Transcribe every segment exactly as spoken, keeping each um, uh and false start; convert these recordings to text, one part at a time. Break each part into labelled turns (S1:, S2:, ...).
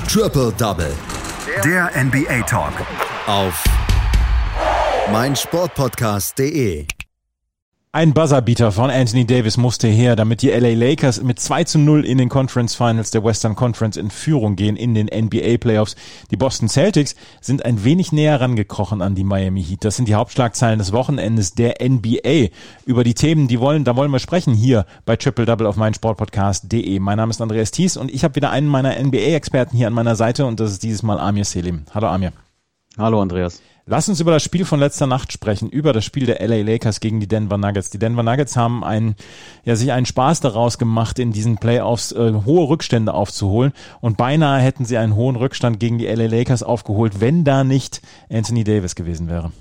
S1: Triple Double.
S2: Der N B A Talk.
S1: Auf meinsportpodcast punkt de.
S3: Ein Buzzerbeater von Anthony Davis musste her, damit die L A Lakers mit zwei zu null in den Conference Finals der Western Conference in Führung gehen in den N B A Playoffs. Die Boston Celtics sind ein wenig näher rangekrochen an die Miami Heat. Das sind die Hauptschlagzeilen des Wochenendes der N B A. Über die Themen, die wollen, da wollen wir sprechen hier bei Triple Double auf meinsportpodcast punkt de. Mein Name ist Andreas Thies und ich habe wieder einen meiner N B A-Experten hier an meiner Seite und das ist dieses Mal Amir Selim. Hallo Amir.
S4: Hallo Andreas.
S3: Lass uns über das Spiel von letzter Nacht sprechen, über das Spiel der L A Lakers gegen die Denver Nuggets. Die Denver Nuggets haben einen, ja, sich einen Spaß daraus gemacht, in diesen Playoffs äh, hohe Rückstände aufzuholen und beinahe hätten sie einen hohen Rückstand gegen die L A Lakers aufgeholt, wenn da nicht Anthony Davis gewesen wäre.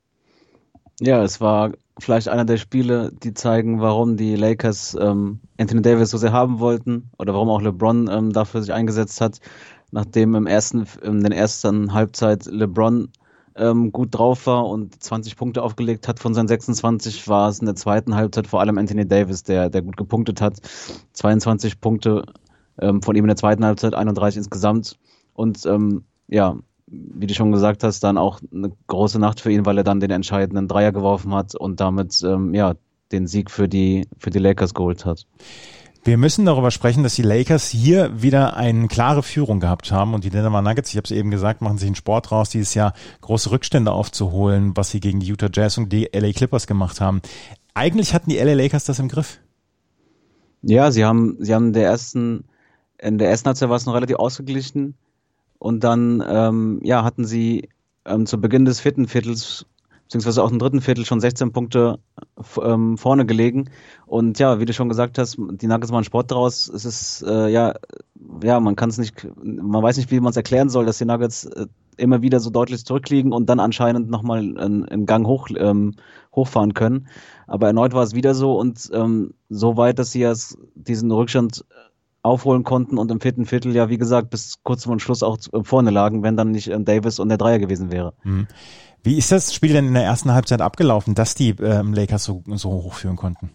S4: Ja, es war vielleicht einer der Spiele, die zeigen, warum die Lakers ähm, Anthony Davis so sehr haben wollten oder warum auch LeBron ähm, dafür sich eingesetzt hat, nachdem im ersten, in der ersten Halbzeit LeBron ähm, gut drauf war und zwanzig Punkte aufgelegt hat von seinen sechsundzwanzig, war es in der zweiten Halbzeit vor allem Anthony Davis, der, der gut gepunktet hat. zweiundzwanzig Punkte ähm, von ihm in der zweiten Halbzeit, einunddreißig insgesamt. Und ähm, ja, wie du schon gesagt hast, dann auch eine große Nacht für ihn, weil er dann den entscheidenden Dreier geworfen hat und damit ähm, ja den Sieg für die, für die Lakers geholt hat.
S3: Wir müssen darüber sprechen, dass die Lakers hier wieder eine klare Führung gehabt haben und die Denver Nuggets, ich habe es eben gesagt, machen sich einen Sport raus, dieses Jahr große Rückstände aufzuholen, was sie gegen die Utah Jazz und die L A Clippers gemacht haben. Eigentlich hatten die L A Lakers das im Griff.
S4: Ja, sie haben, sie haben der ersten, in der ersten Halbzeit war es noch relativ ausgeglichen und dann ähm, ja, hatten sie ähm, zu Beginn des vierten Viertels beziehungsweise auch im dritten Viertel schon sechzehn Punkte ähm, vorne gelegen. Und ja, wie du schon gesagt hast, die Nuggets machen Sport draus. Es ist, äh, ja, ja, man kann es nicht, man weiß nicht, wie man es erklären soll, dass die Nuggets äh, immer wieder so deutlich zurückliegen und dann anscheinend nochmal einen, einen Gang hoch, ähm, hochfahren können. Aber erneut war es wieder so und ähm, so weit, dass sie ja diesen Rückstand aufholen konnten und im vierten Viertel ja, wie gesagt, bis kurz vor dem Schluss auch vorne lagen, wenn dann nicht ähm, Davis und der Dreier gewesen wäre.
S3: Mhm. Wie ist das Spiel denn in der ersten Halbzeit abgelaufen, dass die ähm, Lakers so, so hochführen konnten?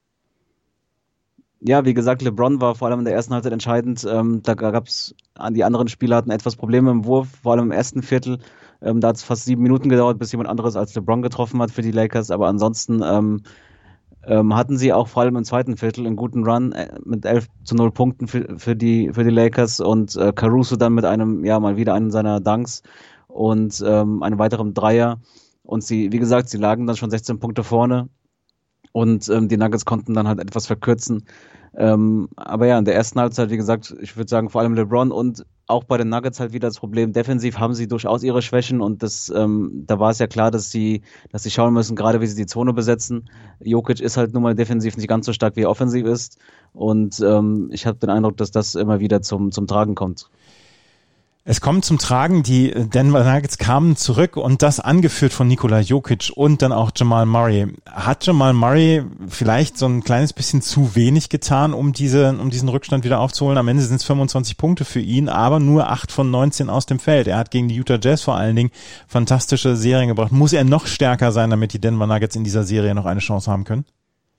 S4: Ja, wie gesagt, LeBron war vor allem in der ersten Halbzeit entscheidend. Ähm, da gab es, die anderen Spieler hatten etwas Probleme im Wurf, vor allem im ersten Viertel. Ähm, da hat es fast sieben Minuten gedauert, bis jemand anderes als LeBron getroffen hat für die Lakers. Aber ansonsten ähm, ähm, hatten sie auch vor allem im zweiten Viertel einen guten Run äh, mit elf zu null Punkten für, für, die, für die Lakers und äh, Caruso dann mit einem, ja, mal wieder einen seiner Dunks und ähm, einem weiteren Dreier. Und sie, wie gesagt, sie lagen dann schon sechzehn Punkte vorne und ähm, die Nuggets konnten dann halt etwas verkürzen. Ähm, aber ja, in der ersten Halbzeit, wie gesagt, ich würde sagen, vor allem LeBron und auch bei den Nuggets halt wieder das Problem. Defensiv haben sie durchaus ihre Schwächen und das, ähm, da war es ja klar, dass sie, dass sie schauen müssen, gerade wie sie die Zone besetzen. Jokic ist halt nun mal defensiv nicht ganz so stark, wie er offensiv ist. Und ähm, ich habe den Eindruck, dass das immer wieder zum, zum Tragen kommt.
S3: Es kommt zum Tragen, die Denver Nuggets kamen zurück und das angeführt von Nikola Jokic und dann auch Jamal Murray. Hat Jamal Murray vielleicht so ein kleines bisschen zu wenig getan, um diese, um diesen Rückstand wieder aufzuholen? Am Ende sind es fünfundzwanzig Punkte für ihn, aber nur acht von neunzehn aus dem Feld. Er hat gegen die Utah Jazz vor allen Dingen fantastische Serien gebracht. Muss er noch stärker sein, damit die Denver Nuggets in dieser Serie noch eine Chance haben können?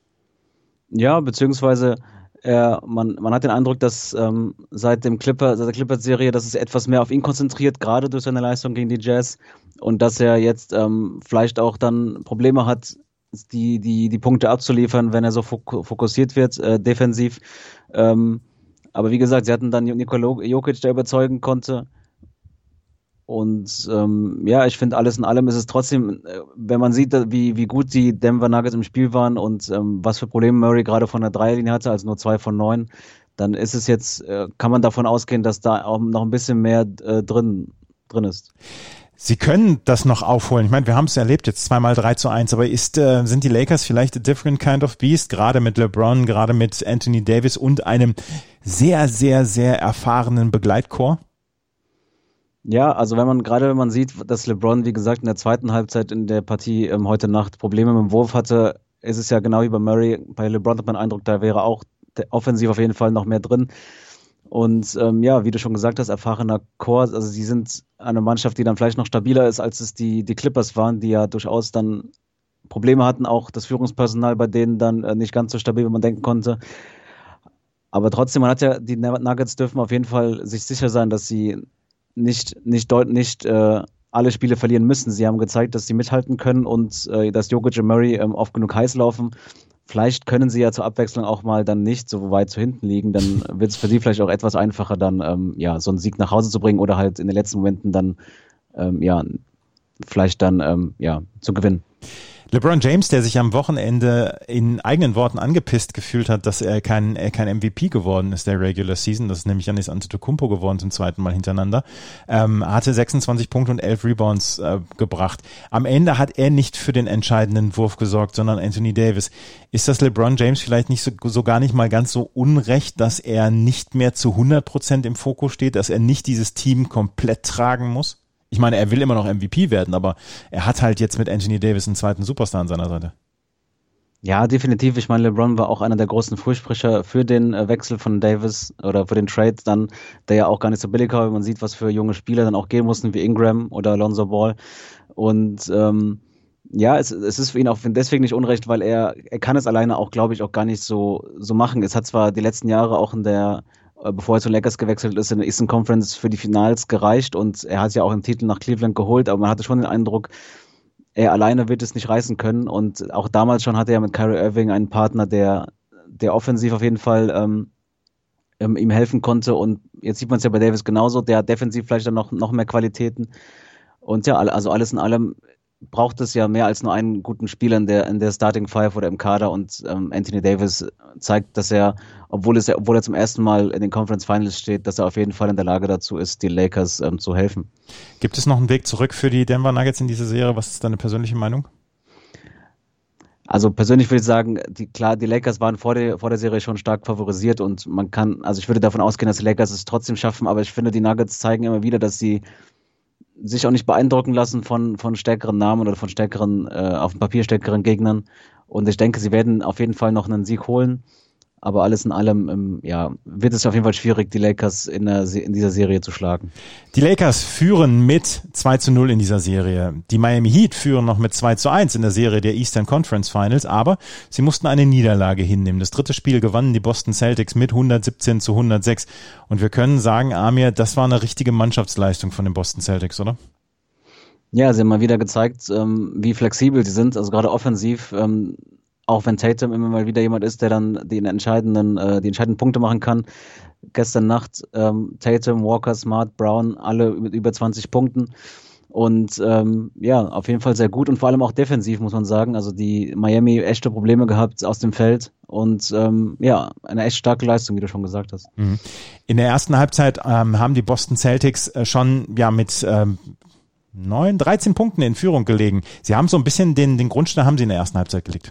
S4: Ja, beziehungsweise Er, man, man hat den Eindruck, dass ähm, seit dem Clipper, seit der Clippers-Serie, dass es etwas mehr auf ihn konzentriert, gerade durch seine Leistung gegen die Jazz und dass er jetzt ähm, vielleicht auch dann Probleme hat, die, die, die Punkte abzuliefern, wenn er so fokussiert wird, äh, defensiv. Ähm, aber wie gesagt, sie hatten dann Nikola Jokic, der überzeugen konnte. Und ähm, ja, ich finde, alles in allem ist es trotzdem, äh, wenn man sieht, wie, wie gut die Denver Nuggets im Spiel waren und ähm, was für Probleme Murray gerade von der Dreierlinie hatte, also nur zwei von neun, dann ist es jetzt, äh, kann man davon ausgehen, dass da auch noch ein bisschen mehr äh, drin, drin ist.
S3: Sie können das noch aufholen. Ich meine, wir haben es erlebt, jetzt zweimal drei zu eins, aber ist, äh, sind die Lakers vielleicht a different kind of beast, gerade mit LeBron, gerade mit Anthony Davis und einem sehr, sehr, sehr erfahrenen Begleitchor?
S4: Ja, also wenn man, gerade wenn man sieht, dass LeBron, wie gesagt, in der zweiten Halbzeit in der Partie ähm, heute Nacht Probleme mit dem Wurf hatte, ist es ja genau wie bei Murray. Bei LeBron hat man den Eindruck, da wäre auch offensiv auf jeden Fall noch mehr drin. Und ähm, ja, wie du schon gesagt hast, erfahrener Core, also sie sind eine Mannschaft, die dann vielleicht noch stabiler ist, als es die, die Clippers waren, die ja durchaus dann Probleme hatten, auch das Führungspersonal bei denen dann äh, nicht ganz so stabil, wie man denken konnte. Aber trotzdem, man hat ja, die Nuggets dürfen auf jeden Fall sich sicher sein, dass sie nicht, nicht, deut- nicht äh, alle Spiele verlieren müssen. Sie haben gezeigt, dass sie mithalten können und äh, dass Jokic und Murray ähm, oft genug heiß laufen. Vielleicht können sie ja zur Abwechslung auch mal dann nicht so weit zu hinten liegen. Dann wird es für sie vielleicht auch etwas einfacher, dann ähm, ja so einen Sieg nach Hause zu bringen oder halt in den letzten Momenten dann ähm, ja vielleicht dann ähm, ja zu gewinnen.
S3: LeBron James, der sich am Wochenende in eigenen Worten angepisst gefühlt hat, dass er kein, er kein M V P geworden ist der Regular Season, das ist nämlich Giannis Antetokounmpo geworden zum zweiten Mal hintereinander, ähm, hatte sechsundzwanzig Punkte und elf Rebounds äh, gebracht. Am Ende hat er nicht für den entscheidenden Wurf gesorgt, sondern Anthony Davis. Ist das LeBron James vielleicht nicht so, so gar nicht mal ganz so unrecht, dass er nicht mehr zu hundert Prozent im Fokus steht, dass er nicht dieses Team komplett tragen muss? Ich meine, er will immer noch M V P werden, aber er hat halt jetzt mit Anthony Davis einen zweiten Superstar an seiner Seite.
S4: Ja, definitiv. Ich meine, LeBron war auch einer der großen Fürsprecher für den äh, Wechsel von Davis oder für den Trade dann, der ja auch gar nicht so billig war, wenn man sieht, was für junge Spieler dann auch gehen mussten, wie Ingram oder Lonzo Ball. Und ähm, ja, es, es ist für ihn auch deswegen nicht unrecht, weil er er kann es alleine auch, glaube ich, auch gar nicht so so machen. Es hat zwar die letzten Jahre auch in der bevor er zu Lakers gewechselt ist, in der Eastern Conference für die Finals gereicht und er hat ja auch einen Titel nach Cleveland geholt, aber man hatte schon den Eindruck, er alleine wird es nicht reißen können und auch damals schon hatte er mit Kyrie Irving einen Partner, der der offensiv auf jeden Fall ähm, ähm, ihm helfen konnte und jetzt sieht man es ja bei Davis genauso, der hat defensiv vielleicht dann noch, noch mehr Qualitäten und ja, also alles in allem braucht es ja mehr als nur einen guten Spieler in der, in der Starting Five oder im Kader und ähm, Anthony Davis zeigt, dass er, obwohl, es, obwohl er zum ersten Mal in den Conference Finals steht, dass er auf jeden Fall in der Lage dazu ist, die Lakers ähm, zu helfen.
S3: Gibt es noch einen Weg zurück für die Denver Nuggets in dieser Serie? Was ist deine persönliche Meinung?
S4: Also persönlich würde ich sagen, die, klar, die Lakers waren vor der, vor der Serie schon stark favorisiert und man kann, also ich würde davon ausgehen, dass die Lakers es trotzdem schaffen, aber ich finde, die Nuggets zeigen immer wieder, dass sie sich auch nicht beeindrucken lassen von, von stärkeren Namen oder von stärkeren, äh, auf dem Papier stärkeren Gegnern. Und ich denke, sie werden auf jeden Fall noch einen Sieg holen. Aber alles in allem, ähm, ja, wird es auf jeden Fall schwierig, die Lakers in, der, in dieser Serie zu schlagen.
S3: Die Lakers führen mit zwei zu null in dieser Serie. Die Miami Heat führen noch mit zwei zu eins in der Serie der Eastern Conference Finals, aber sie mussten eine Niederlage hinnehmen. Das dritte Spiel gewannen die Boston Celtics mit hundertsiebzehn zu hundertsechs. Und wir können sagen, Amir, das war eine richtige Mannschaftsleistung von den Boston Celtics, oder?
S4: Ja, sie haben mal wieder gezeigt, ähm, wie flexibel sie sind. Also gerade offensiv, ähm, auch wenn Tatum immer mal wieder jemand ist, der dann die entscheidenden, äh, die entscheidenden Punkte machen kann. Gestern Nacht ähm, Tatum, Walker, Smart, Brown, alle mit über zwanzig Punkten. Und ähm, ja, auf jeden Fall sehr gut und vor allem auch defensiv, muss man sagen. Also die Miami echte Probleme gehabt aus dem Feld und ähm, ja, eine echt starke Leistung, wie du schon gesagt hast.
S3: In der ersten Halbzeit ähm, haben die Boston Celtics äh, schon ja mit ähm, neun, dreizehn Punkten in Führung gelegen. Sie haben so ein bisschen den, den Grundstein haben sie in der ersten Halbzeit gelegt.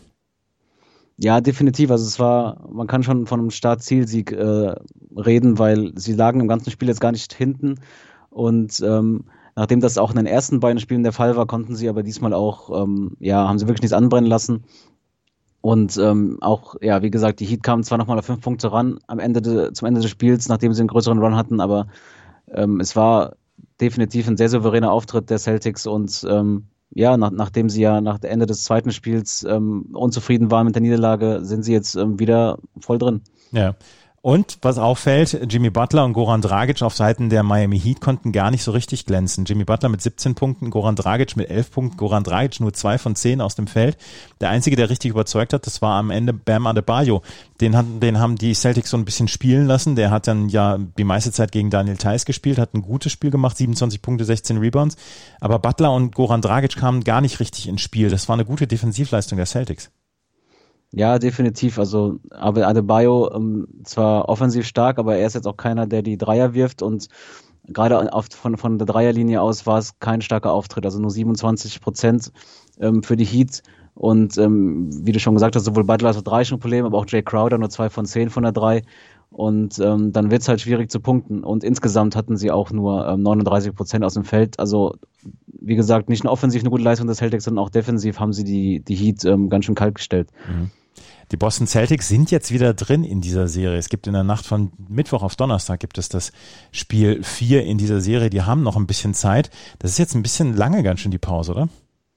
S4: Ja, definitiv. Also es war, man kann schon von einem Start-Ziel-Sieg äh, reden, weil sie lagen im ganzen Spiel jetzt gar nicht hinten. Und ähm, nachdem das auch in den ersten beiden Spielen der Fall war, konnten sie aber diesmal auch, ähm, ja, haben sie wirklich nichts anbrennen lassen. Und ähm, auch, ja, wie gesagt, die Heat kamen zwar nochmal auf fünf Punkte ran am Ende de, zum Ende des Spiels, nachdem sie einen größeren Run hatten, aber ähm, es war definitiv ein sehr souveräner Auftritt der Celtics und ähm, ja, nach, nachdem sie ja nach Ende des zweiten Spiels ähm, unzufrieden waren mit der Niederlage, sind sie jetzt ähm, wieder voll drin.
S3: Ja. Und was auffällt, Jimmy Butler und Goran Dragic auf Seiten der Miami Heat konnten gar nicht so richtig glänzen. Jimmy Butler mit siebzehn Punkten, Goran Dragic mit elf Punkten, Goran Dragic nur zwei von zehn aus dem Feld. Der Einzige, der richtig überzeugt hat, das war am Ende Bam Adebayo. Den, hatten, den haben die Celtics so ein bisschen spielen lassen. Der hat dann ja die meiste Zeit gegen Daniel Theis gespielt, hat ein gutes Spiel gemacht, siebenundzwanzig Punkte, sechzehn Rebounds. Aber Butler und Goran Dragic kamen gar nicht richtig ins Spiel. Das war eine gute Defensivleistung der Celtics.
S4: Ja, definitiv. Also, aber Adebayo ähm, zwar offensiv stark, aber er ist jetzt auch keiner, der die Dreier wirft und gerade auf, von, von der Dreierlinie aus war es kein starker Auftritt. Also nur siebenundzwanzig Prozent ähm, für die Heat und ähm, wie du schon gesagt hast, sowohl Butler als auch drei schon Probleme, aber auch Jay Crowder nur zwei von zehn von der drei und ähm, dann wird es halt schwierig zu punkten und insgesamt hatten sie auch nur ähm, neununddreißig Prozent aus dem Feld. Also wie gesagt, nicht nur offensiv eine gute Leistung des Celtics, sondern auch defensiv haben sie die, die Heat ähm, ganz schön kalt gestellt.
S3: Mhm. Die Boston Celtics sind jetzt wieder drin in dieser Serie. Es gibt in der Nacht von Mittwoch auf Donnerstag gibt es das Spiel vier in dieser Serie. Die haben noch ein bisschen Zeit. Das ist jetzt ein bisschen lange ganz schön die Pause, oder?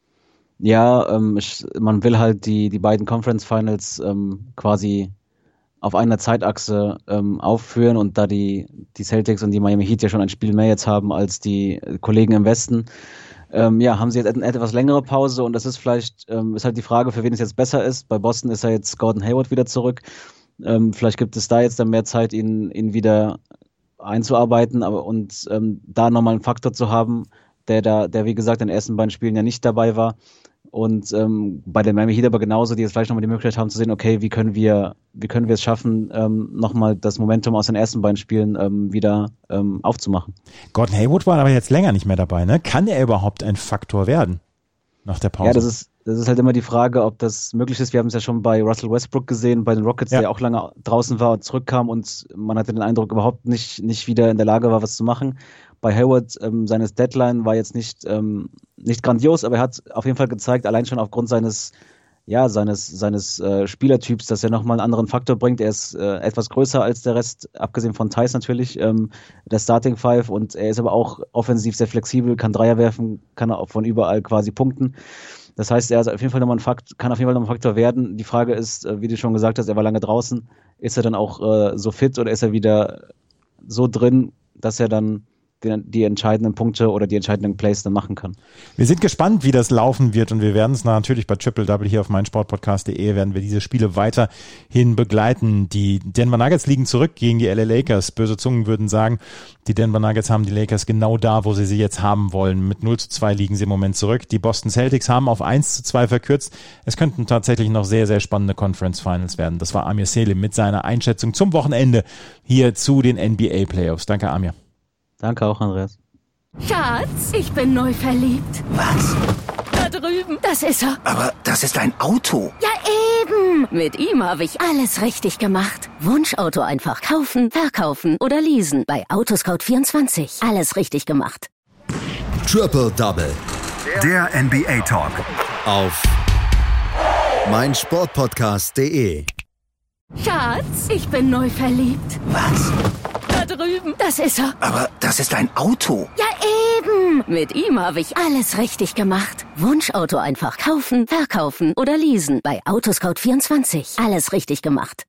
S4: Ja, ähm, ich, man will halt die, die beiden Conference Finals ähm, quasi auf einer Zeitachse ähm, aufführen und da die, die Celtics und die Miami Heat ja schon ein Spiel mehr jetzt haben als die Kollegen im Westen, ähm, ja, haben sie jetzt eine etwas längere Pause und das ist vielleicht, ähm, ist halt die Frage, für wen es jetzt besser ist. Bei Boston ist ja jetzt Gordon Hayward wieder zurück. Ähm, vielleicht gibt es da jetzt dann mehr Zeit, ihn, ihn wieder einzuarbeiten, aber und ähm, da nochmal einen Faktor zu haben, der da, der wie gesagt in den ersten beiden Spielen ja nicht dabei war. Und ähm, bei den Miami Heat aber genauso, die jetzt vielleicht nochmal die Möglichkeit haben zu sehen, okay, wie können wir, wie können wir es schaffen, ähm, nochmal das Momentum aus den ersten beiden Spielen ähm, wieder ähm, aufzumachen.
S3: Gordon Hayward war aber jetzt länger nicht mehr dabei, ne? Kann er überhaupt ein Faktor werden nach der Pause?
S4: Ja, das ist, das ist halt immer die Frage, ob das möglich ist. Wir haben es ja schon bei Russell Westbrook gesehen, bei den Rockets, ja. der auch lange draußen war und zurückkam und man hatte den Eindruck, überhaupt nicht, nicht wieder in der Lage war, was zu machen. Bei Hayward, ähm, seines Deadline war jetzt nicht, ähm, nicht grandios, aber er hat auf jeden Fall gezeigt, allein schon aufgrund seines, ja, seines, seines äh, Spielertyps, dass er nochmal einen anderen Faktor bringt. Er ist äh, etwas größer als der Rest, abgesehen von Theis natürlich, ähm, der Starting Five, und er ist aber auch offensiv sehr flexibel, kann Dreier werfen, kann auch von überall quasi punkten. Das heißt, er ist auf jeden Fall nochmal ein Fakt, kann auf jeden Fall nochmal ein Faktor werden. Die Frage ist, äh, wie du schon gesagt hast, er war lange draußen. Ist er dann auch äh, so fit oder ist er wieder so drin, dass er dann Die, die entscheidenden Punkte oder die entscheidenden Plays dann machen kann.
S3: Wir sind gespannt, wie das laufen wird, und wir werden es natürlich bei Triple Double hier auf meinsportpodcast punkt de werden wir diese Spiele weiterhin begleiten. Die Denver Nuggets liegen zurück gegen die L A Lakers. Böse Zungen würden sagen, die Denver Nuggets haben die Lakers genau da, wo sie sie jetzt haben wollen. Mit null zu zwei liegen sie im Moment zurück. Die Boston Celtics haben auf eins zu zwei verkürzt. Es könnten tatsächlich noch sehr, sehr spannende Conference Finals werden. Das war Amir Selim mit seiner Einschätzung zum Wochenende hier zu den N B A Playoffs. Danke, Amir.
S4: Danke auch, Andreas.
S5: Schatz, ich bin neu verliebt.
S2: Was?
S5: Da drüben. Das ist er.
S2: Aber das ist ein Auto.
S5: Ja, eben. Mit ihm habe ich alles richtig gemacht. Wunschauto einfach kaufen, verkaufen oder leasen. Bei Autoscout vierundzwanzig. Alles richtig gemacht.
S1: Triple Double.
S2: Der N B A Talk.
S1: Auf meinsportpodcast punkt de.
S5: Schatz, ich bin neu verliebt.
S2: Was?
S5: Da drüben. Das ist er.
S2: Aber das ist ein Auto.
S5: Ja, eben. Mit ihm habe ich alles richtig gemacht. Wunschauto einfach kaufen, verkaufen oder leasen. Bei Autoscout vierundzwanzig. Alles richtig gemacht.